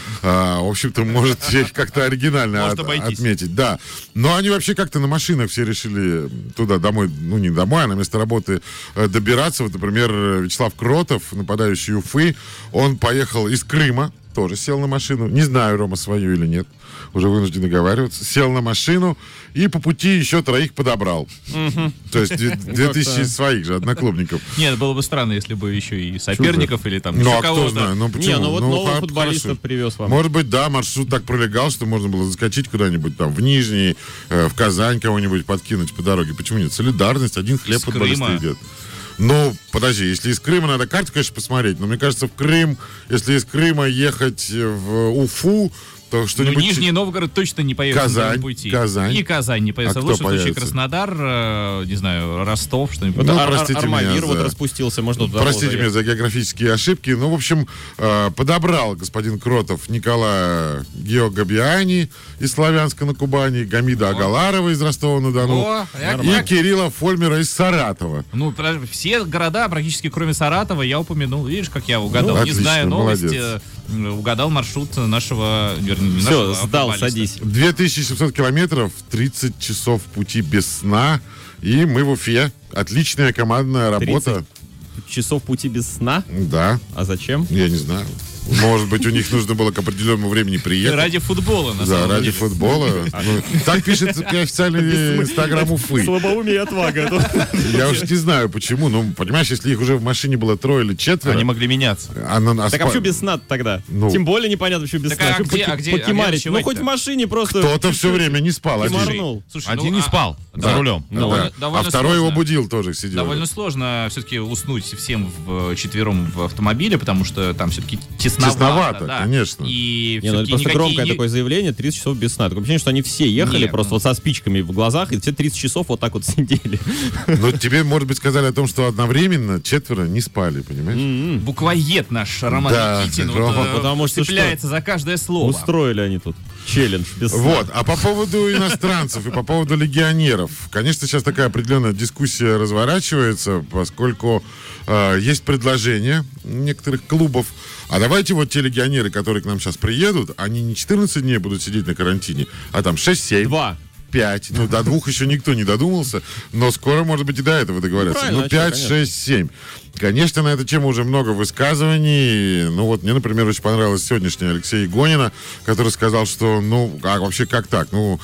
В общем-то, может как-то оригинально отметить. Да. Но они вообще как-то на машинах все решили туда домой, ну не домой, а на место работы добираться. Вот, например, Вячеслав Кротов, нападающий Уфы, он поехал из Крыма, тоже сел на машину. Не знаю, Рома, свою или нет. Уже вынужден договариваться. Сел на машину и по пути еще 3 подобрал. То есть 2000 своих же одноклубников. Нет, было бы странно, если бы еще и соперников или там Ну, еще а кто кого-то. знает? Ну, почему? Не, ну вот новых хорошо. футболистов привез вам. Может быть, да, маршрут так пролегал, что можно было заскочить куда-нибудь там в Нижний, в Казань кого-нибудь подкинуть по дороге. Почему нет? Солидарность, один хлеб Из футболисты Крыма. едят. Ну, подожди, если из Крыма надо карту, конечно, посмотреть, но мне кажется, в Крым, если из Крыма ехать в Уфу, то Ну, что-нибудь... Нижний Новгород точно не появится Казань, на этом пути. Казань. И Казань не появится. А В кто лучшем случае появится? Краснодар, не знаю, Ростов, что-нибудь. Ну, Вот простите Армавир меня вот за- распустился, можно туда Простите было меня заехать. за географические ошибки. Ну, в общем, подобрал господин Кротов Николая Геогабиани из Славянска на Кубани, Гамида Агаларова из Ростова-на-Дону О, и Кирилла Фольмера из Саратова. Ну, все города, практически кроме Саратова, я упомянул. Видишь, как я угадал. Ну, Не знаю отлично, новости. молодец. Угадал маршрут нашего, вернее, не Все, нашего, а сдал, футболиста. садись. 2700 километров, 30 часов пути без сна. И мы в Уфе. Отличная командная работа. 30 часов пути без сна? Да, А зачем? я не знаю. Может быть, у них нужно было к определенному времени приехать. Ради футбола, на Да, самом ради деле. футбола. Ну, так пишет официальный инстаграм Уфы. Слабоумие и отвага. Я уж не знаю, почему. Ну, понимаешь, если их уже в машине было 3 или 4... Они могли меняться. Так а почему без сна тогда? Ну. Тем более непонятно, почему без Так сна. а Почему где покемарить? Ну, ночевать-то? хоть в машине просто... Кто-то все время не спал один. Кемарнул. Слушай, Один ну, не спал за рулем. Да. довольно- А довольно второй его сложно. будил тоже, сидел. Довольно сложно все-таки уснуть всем четвером в автомобиле, потому что там все-таки Тесновато, да. конечно. И Не, ну это все-таки просто никакие громкое такое заявление, 30 часов без сна. Такое ощущение, что они все ехали Не, просто ну. вот со спичками в глазах, и все 30 часов вот так вот сидели. Но тебе, может быть, сказали о том, что одновременно 4 не спали, понимаешь? буквоед наш Роман Да, Никитин Рома, потому что цепляется за каждое слово. Устроили они тут челлендж без сна. Вот, а по поводу иностранцев и по поводу легионеров. Конечно, сейчас такая определенная дискуссия разворачивается, поскольку есть предложение некоторых клубов. А давайте вот те легионеры, которые к нам сейчас приедут, они не 14 дней будут сидеть на карантине, а там 6-7. 2. 5. Ну, до 2 еще никто не додумался, но скоро, может быть, и до этого договорятся. Ну, Ну, правильно, 5, а чё, 6, 7. Конечно, на эту тему уже много высказываний. Ну, вот мне, например, очень понравилось сегодняшнее Алексея Игонина, который сказал, что, ну, а вообще как так? Ну,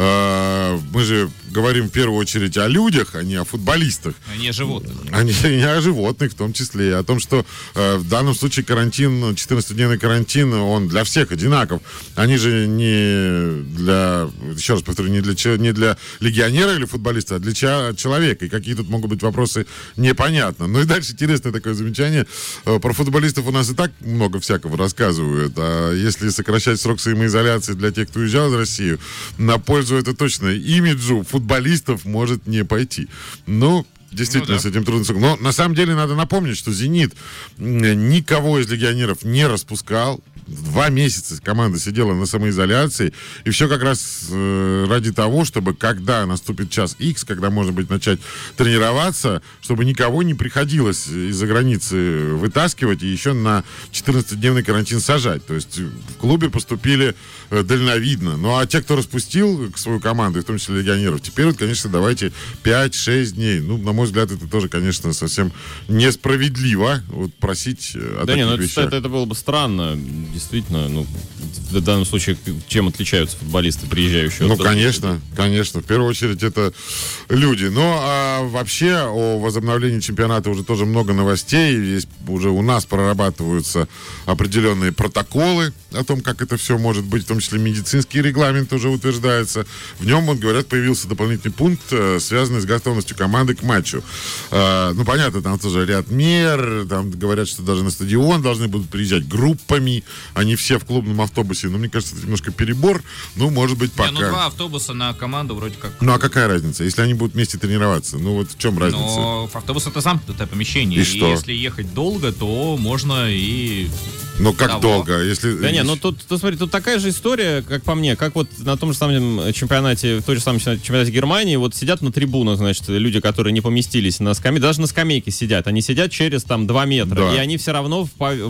мы же говорим в первую очередь о людях, а не о футболистах. Они животных. Они не о животных в том числе, о том, что в данном случае карантин, 14-дневный карантин, он для всех одинаков. Они же не для, еще раз повторю, не для легионера или футболиста, а для человека. И какие тут могут быть вопросы, непонятно. Ну и дальше интересное такое замечание. Про футболистов у нас и так много всякого рассказывают. А если сокращать срок самоизоляции для тех, кто уезжал в Россию, на пользу это точно имиджу футболистов может не пойти. Ну, действительно с этим трудно. Но на самом деле надо напомнить, что «Зенит» никого из легионеров не распускал. 2 месяца команда сидела на самоизоляции, и все как раз ради того, чтобы когда наступит час X, когда можно будет начать тренироваться, чтобы никого не приходилось из-за границы вытаскивать и еще на 14-дневный карантин сажать. То есть в клубе поступили дальновидно. Ну а те, кто распустил свою команду, в том числе легионеров, теперь вот, конечно, давайте 5-6 дней. Ну, на мой взгляд, это тоже, конечно, совсем несправедливо вот просить о таких вещах. Это было бы странно. Действительно, в данном случае, чем отличаются футболисты, приезжающие? Ну, конечно. В первую очередь, это люди. Но вообще о возобновлении чемпионата уже тоже много новостей. Есть уже у нас прорабатываются определенные протоколы о том, как это все может быть, в том числе медицинский регламент уже утверждается. В нем, вот, говорят, появился дополнительный пункт, связанный с готовностью команды к матчу. Ну, понятно, там тоже ряд мер. Там говорят, что даже на стадион должны будут приезжать группами, они все в клубном автобусе. Но мне кажется, это немножко перебор. Ну, может быть, пока. 2 автобуса на команду вроде как. Ну, а какая разница, если они будут вместе тренироваться? Ну, вот в чем разница? Но автобус — это замкнутое помещение. И что? Если ехать долго, то можно и... Ну, как долго? Если... Да не, ну тут смотри, тут такая же история, как по мне, как вот на том же самом чемпионате, в той же самой чемпионате Германии, вот сидят на трибунах, значит, люди, которые не поместились на скамейке, даже на скамейке сидят, они сидят через там 2 метра, да. И они все равно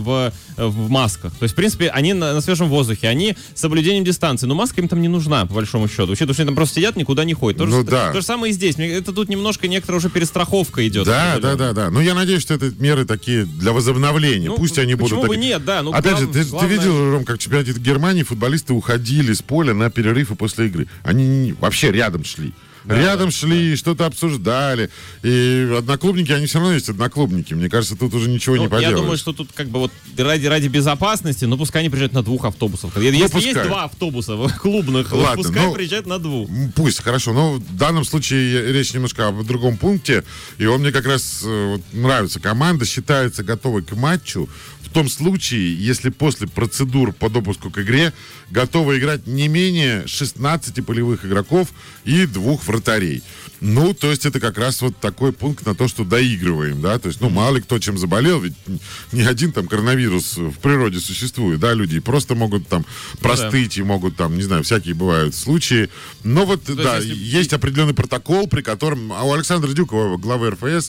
в масках. То есть, в принципе, они на свежем воздухе, они с соблюдением дистанции, но маска им там не нужна, по большому счету. Учитывая, что они там просто сидят, никуда не ходят. То же самое и здесь. Это тут немножко некоторая уже перестраховка идет. Да. Ну, я надеюсь, что это меры такие для возобновления. Ну, пусть они будут... Почему бы нет, да. Ну, опять же, ты видел, Ром, как в чемпионате Германии футболисты уходили с поля на перерыв и после игры. Они вообще рядом шли. Шли, что-то обсуждали. И одноклубники, они все равно есть одноклубники. Мне кажется, тут уже ничего не поделаешь. Я думаю, что тут как бы вот ради безопасности, но пускай они приезжают на 2 автобусах. Если есть 2 автобуса клубных, пускай приезжают на 2. Пусть, хорошо. Но в данном случае речь немножко об другом пункте. И он мне как раз нравится. Команда считается готовой к матчу в том случае, если после процедур по допуску к игре готовы играть не менее 16 полевых игроков и 2 вратарей. Ну, то есть это как раз вот такой пункт на то, что доигрываем, да, то есть, ну, мало ли кто чем заболел, ведь не один там коронавирус в природе существует, да, люди просто могут там простыть и могут там, не знаю, всякие бывают случаи, но вот, то да, есть определенный протокол, при котором, а у Александра Дюкова, главы РФС,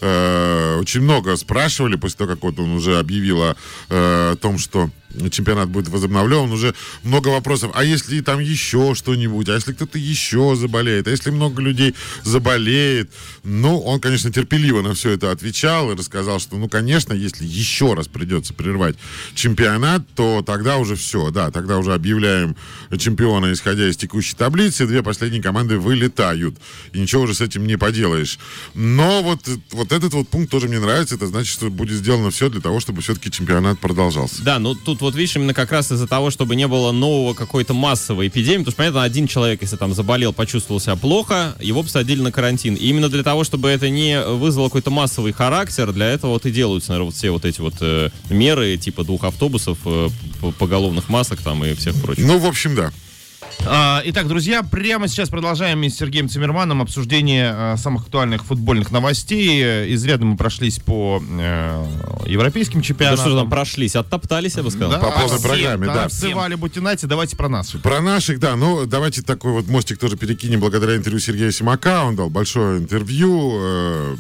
очень много спрашивали после того, как вот он уже объявил о том, что чемпионат будет возобновлен, уже много вопросов. А если там еще что-нибудь? А если кто-то еще заболеет? А если много людей заболеет? Ну, он, конечно, терпеливо на все это отвечал и рассказал, что, ну, конечно, если еще раз придется прервать чемпионат, то тогда уже все, да, тогда уже объявляем чемпиона, исходя из текущей таблицы, 2 последние команды вылетают. И ничего уже с этим не поделаешь. Но вот этот вот пункт тоже мне нравится. Это значит, что будет сделано все для того, чтобы все-таки чемпионат продолжался. Да, ну тут вот видишь, именно как раз из-за того, чтобы не было нового какой-то массовой эпидемии, потому что, понятно, один человек, если там заболел, почувствовал себя плохо, его посадили на карантин. И именно для того, чтобы это не вызвало какой-то массовый характер, для этого вот и делаются, наверное, вот все вот эти вот меры, типа 2 автобусов, поголовных масок там и всех прочих. Ну, в общем, да. Итак, друзья, прямо сейчас продолжаем с Сергеем Циммерманом обсуждение самых актуальных футбольных новостей. Изрядно мы прошлись по европейским чемпионатам. Да что же там прошлись? Оттоптались, я бы сказал. Да, по полной программе, да. Танцевали бутинати, давайте про нас. Про наших, да. Ну, давайте такой вот мостик тоже перекинем благодаря интервью Сергея Симака. Он дал большое интервью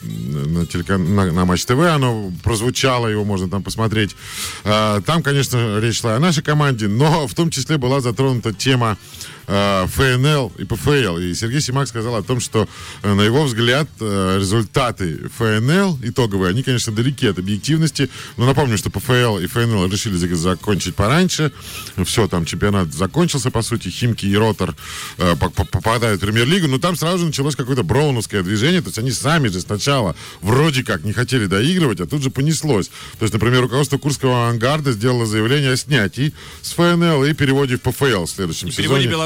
на Матч ТВ. Оно прозвучало, его можно там посмотреть. Там, конечно, речь шла о нашей команде, но в том числе была затронута тема ФНЛ и ПФЛ. И Сергей Симак сказал о том, что, на его взгляд, результаты ФНЛ итоговые, они, конечно, далеки от объективности. Но напомню, что ПФЛ и ФНЛ решили закончить пораньше. Все, там чемпионат закончился, по сути. Химки и Ротор попадают в Премьер-лигу. Но там сразу же началось какое-то броуновское движение. То есть они сами же сначала вроде как не хотели доигрывать, а тут же понеслось. То есть, например, руководство Курского «Авангарда» сделало заявление о снятии с ФНЛ и переводе в ПФЛ в следующем сезоне.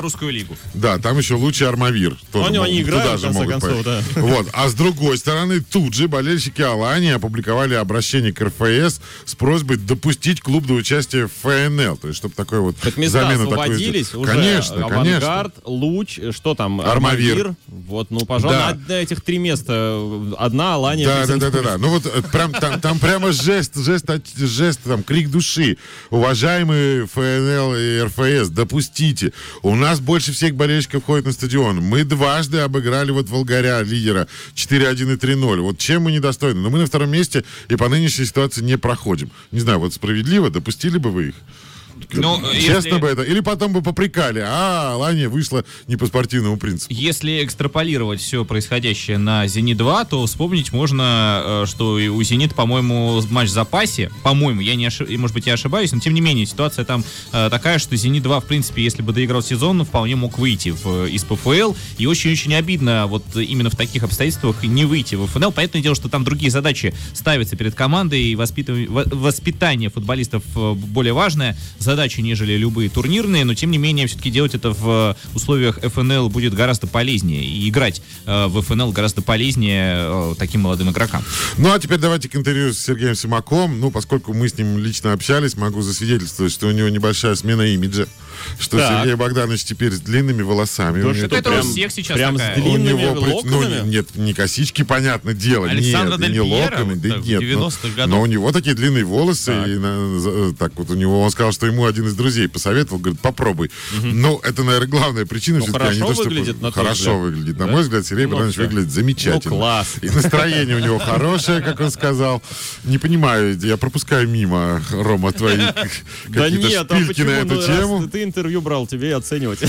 русскую лигу. Да, там еще Луч и Армавир. Они играют, в конце концов, да. Вот. А с другой стороны, тут же болельщики Алании опубликовали обращение к РФС с просьбой допустить клуб до участия в ФНЛ. То есть, чтобы такой вот так места замена освободились такой... уже. Конечно, Авангард, Луч, что там? Армавир. Вот, ну, пожалуйста, на этих 3 места. Одна Алания. Да. Ну вот прям, там прямо жест, там, крик души. Уважаемые ФНЛ и РФС, допустите. У нас больше всех болельщиков ходит на стадион. Мы дважды обыграли вот Волгаря, лидера, 4-1 и 3-0. Вот чем мы недостойны? Но мы на 2-м месте и по нынешней ситуации не проходим. Не знаю, вот справедливо, допустили бы вы их? Ну, честно бы это. Или потом бы попрекали. Алания вышла не по спортивному принципу. Если экстраполировать все происходящее на «Зенит-2», то вспомнить можно, что у «Зенита», по-моему, матч в запасе. По-моему, может быть, я ошибаюсь, но тем не менее, ситуация там такая, что «Зенит-2», в принципе, если бы доиграл сезон, вполне мог выйти из ПФЛ. И очень-очень обидно вот именно в таких обстоятельствах не выйти в ФНЛ. Понятное дело, что там другие задачи ставятся перед командой, и воспитание футболистов более важное задачи, нежели любые турнирные, но тем не менее все-таки делать это в условиях ФНЛ будет гораздо полезнее, и играть в ФНЛ гораздо полезнее таким молодым игрокам. Ну а теперь давайте к интервью с Сергеем Симаком. Ну, поскольку мы с ним лично общались, могу засвидетельствовать, что у него небольшая смена имиджа, что Сергей Богданович теперь с длинными волосами. Да, что это у всех сейчас прям такая. с длинными локонами? Ну, нет, не косички, понятно дело. Александра Нет, Дель не Пьеро, локоны, да в нет. 90-х годах. Но у него такие длинные волосы. И, так вот у него, он сказал, что ему один из друзей посоветовал, говорит, попробуй. Ну, это, наверное, главная причина. Хорошо выглядит, на хорошо выглядит. На мой взгляд, Сергей Богданович выглядит замечательно. Ну, класс. И настроение у него хорошее, как он сказал. Не понимаю, я пропускаю мимо, Рома, твои какие-то шпильки на эту тему. Ты интервью брал, тебе и оценивать.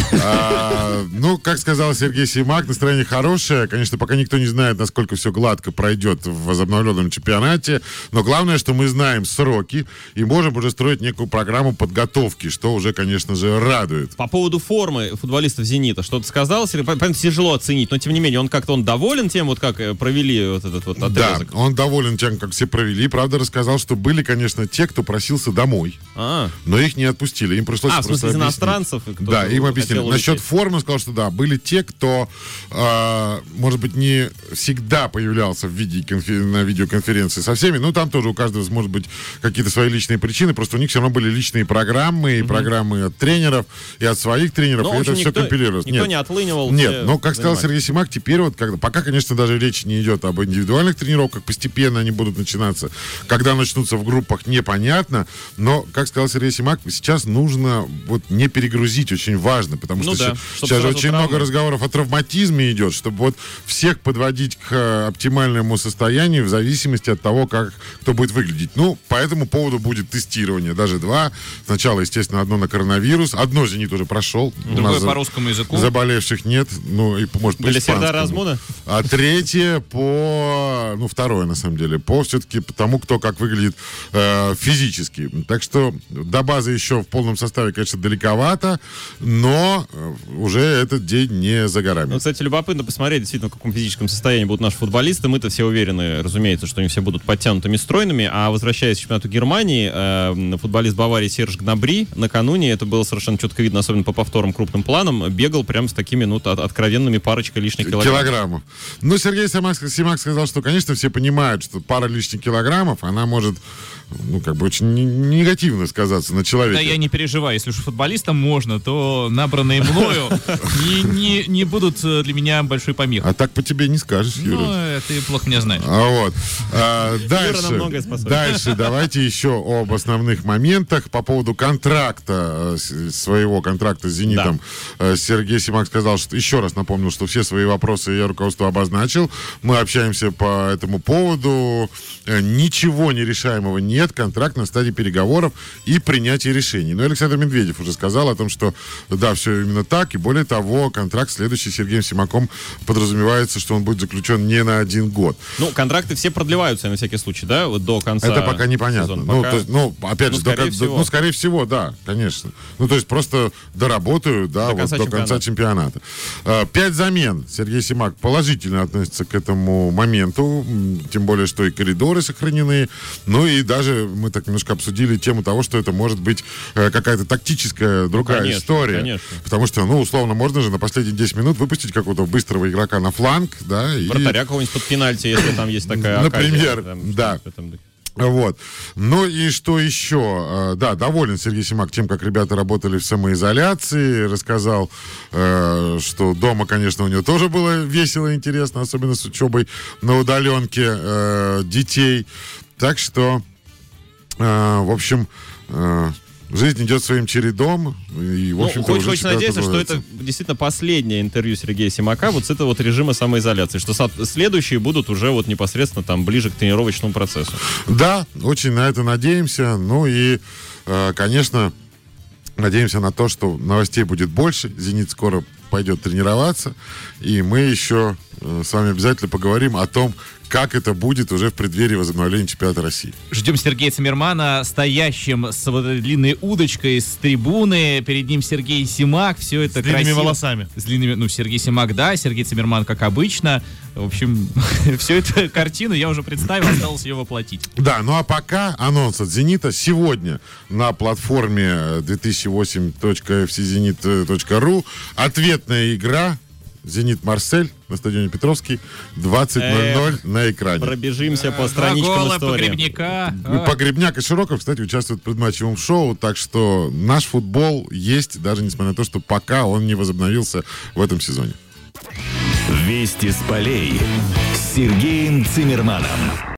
Ну, как сказал Сергей Симак, настроение хорошее. Конечно, пока никто не знает, насколько все гладко пройдет в возобновленном чемпионате. Но главное, что мы знаем сроки и можем уже строить некую программу подготовки, что уже, конечно же, радует. По поводу формы футболистов «Зенита» что-то сказал? Понятно, тяжело оценить, но тем не менее, он доволен тем, вот как провели вот этот вот отрезок? Да, он доволен тем, как все провели. Правда, рассказал, что были, конечно, те, кто просился домой, но их не отпустили. Им пришлось в смысле, иностранцев? Да, им объяснили. Насчет формы он сказал, что да, были те, кто, может быть, не всегда появлялся на видеоконференции со всеми, но там тоже у каждого может быть какие-то свои личные причины, просто у них все равно были личные программы, и программы от тренеров, и от своих тренеров, но, и это все компилировалось. Никто не отлынивал. Нет, но, как сказал Сергей Симак, теперь вот, пока, конечно, даже речь не идет об индивидуальных тренировках, постепенно они будут начинаться. Когда начнутся в группах, непонятно, но, как сказал Сергей Симак, сейчас нужно вот не перегрузить, очень важно, потому что сейчас же очень много разговоров о травматизме идет, чтобы вот всех подводить к оптимальному состоянию в зависимости от того, кто будет выглядеть. Ну, по этому поводу будет тестирование, даже 2. Сначала, естественно, одно на коронавирус, одно «Зенит» уже прошел. Другое по русскому языку. Заболевших нет, ну, и, может, по для Сердара Азмуна. А третье второе, на самом деле, все-таки тому, кто как выглядит физически. Так что до базы еще в полном составе, конечно, далековато, но уже этот день не за горами. Ну, кстати, любопытно посмотреть, действительно, в каком физическом состоянии будут наши футболисты. Мы-то все уверены, разумеется, что они все будут подтянутыми, стройными. А возвращаясь к чемпионату Германии, футболист Баварии Серж Гнабри накануне, это было совершенно четко видно, особенно по повторам крупным планом, бегал прям с такими, откровенными парочкой лишних килограммов. Ну, Сергей Симак сказал, что, конечно, все понимают, что пара лишних килограммов, она может, очень негативно сказаться на человеке. Да, я не переживаю. Если уж футболистам можно, то набранные мною не будут для меня большой помехой. А так по тебе не скажешь, Юра. Ну, ты плохо меня знаешь. Дальше давайте еще об основных моментах. По поводу своего контракта с «Зенитом», Сергей Симак сказал, что, еще раз напомнил, что все свои вопросы я руководству обозначил. Мы общаемся по этому поводу. Ничего нерешаемого нет. Контракт на стадии переговоров и принятия решений. Но Александр Медведев уже сказал о том, что да, все именно так. И более того, контракт следующий с Сергеем Симаком подразумевается, что он будет заключен не на 1 год. Ну, контракты все продлеваются на всякий случай, да? Вот до конца. Это пока непонятно. Сезона. Опять же, скорее всего, да, конечно. Ну, то есть просто доработаю, да, до конца чемпионата. 5 замен. Сергей Симак положительно относится к этому моменту, тем более, что и коридоры сохранены. Ну, и даже мы так немножко обсудили тему того, что это может быть какая-то тактическая другая история. Конечно. Потому что, ну, условно, можно же на последние 10 минут выпустить какого-то быстрого игрока на фланг, да. Вратаря какого-нибудь под пенальти, если там есть такая например, да. Вот. Ну и что еще? Да, доволен Сергей Симак тем, как ребята работали в самоизоляции. Рассказал, что дома, конечно, у него тоже было весело и интересно, особенно с учебой на удаленке детей. Так что, в общем... Жизнь идет своим чередом. И, в общем-то, хочется надеяться, что это действительно последнее интервью Сергея Симака вот с этого вот режима самоизоляции, что следующие будут уже вот непосредственно там ближе к тренировочному процессу. Да, очень на это надеемся. Ну и, конечно, надеемся на то, что новостей будет больше. «Зенит» скоро пойдет тренироваться. И мы еще с вами обязательно поговорим о том, как это будет уже в преддверии возобновления чемпионата России. Ждем Сергея Циммермана, стоящим с вот этой длинной удочкой с трибуны. Перед ним Сергей Симак. Все это красиво. С длинными волосами. С длинными, ну, Сергей Симак, да, Сергей Циммерман, как обычно. В общем, всю эту картину я уже представил, осталось ее воплотить. Да, ну а пока анонс от «Зенита». Сегодня на платформе 2008.fczenit.ru ответная игра «Зенит-Марсель» на стадионе Петровский, 20:00 на экране. Пробежимся по страничкам истории. Погребняка. Погребняк и Широков, кстати, участвуют в предматчевом шоу, так что наш футбол есть, даже несмотря на то, что пока он не возобновился в этом сезоне. Вести с полей с Сергеем Циммерманом.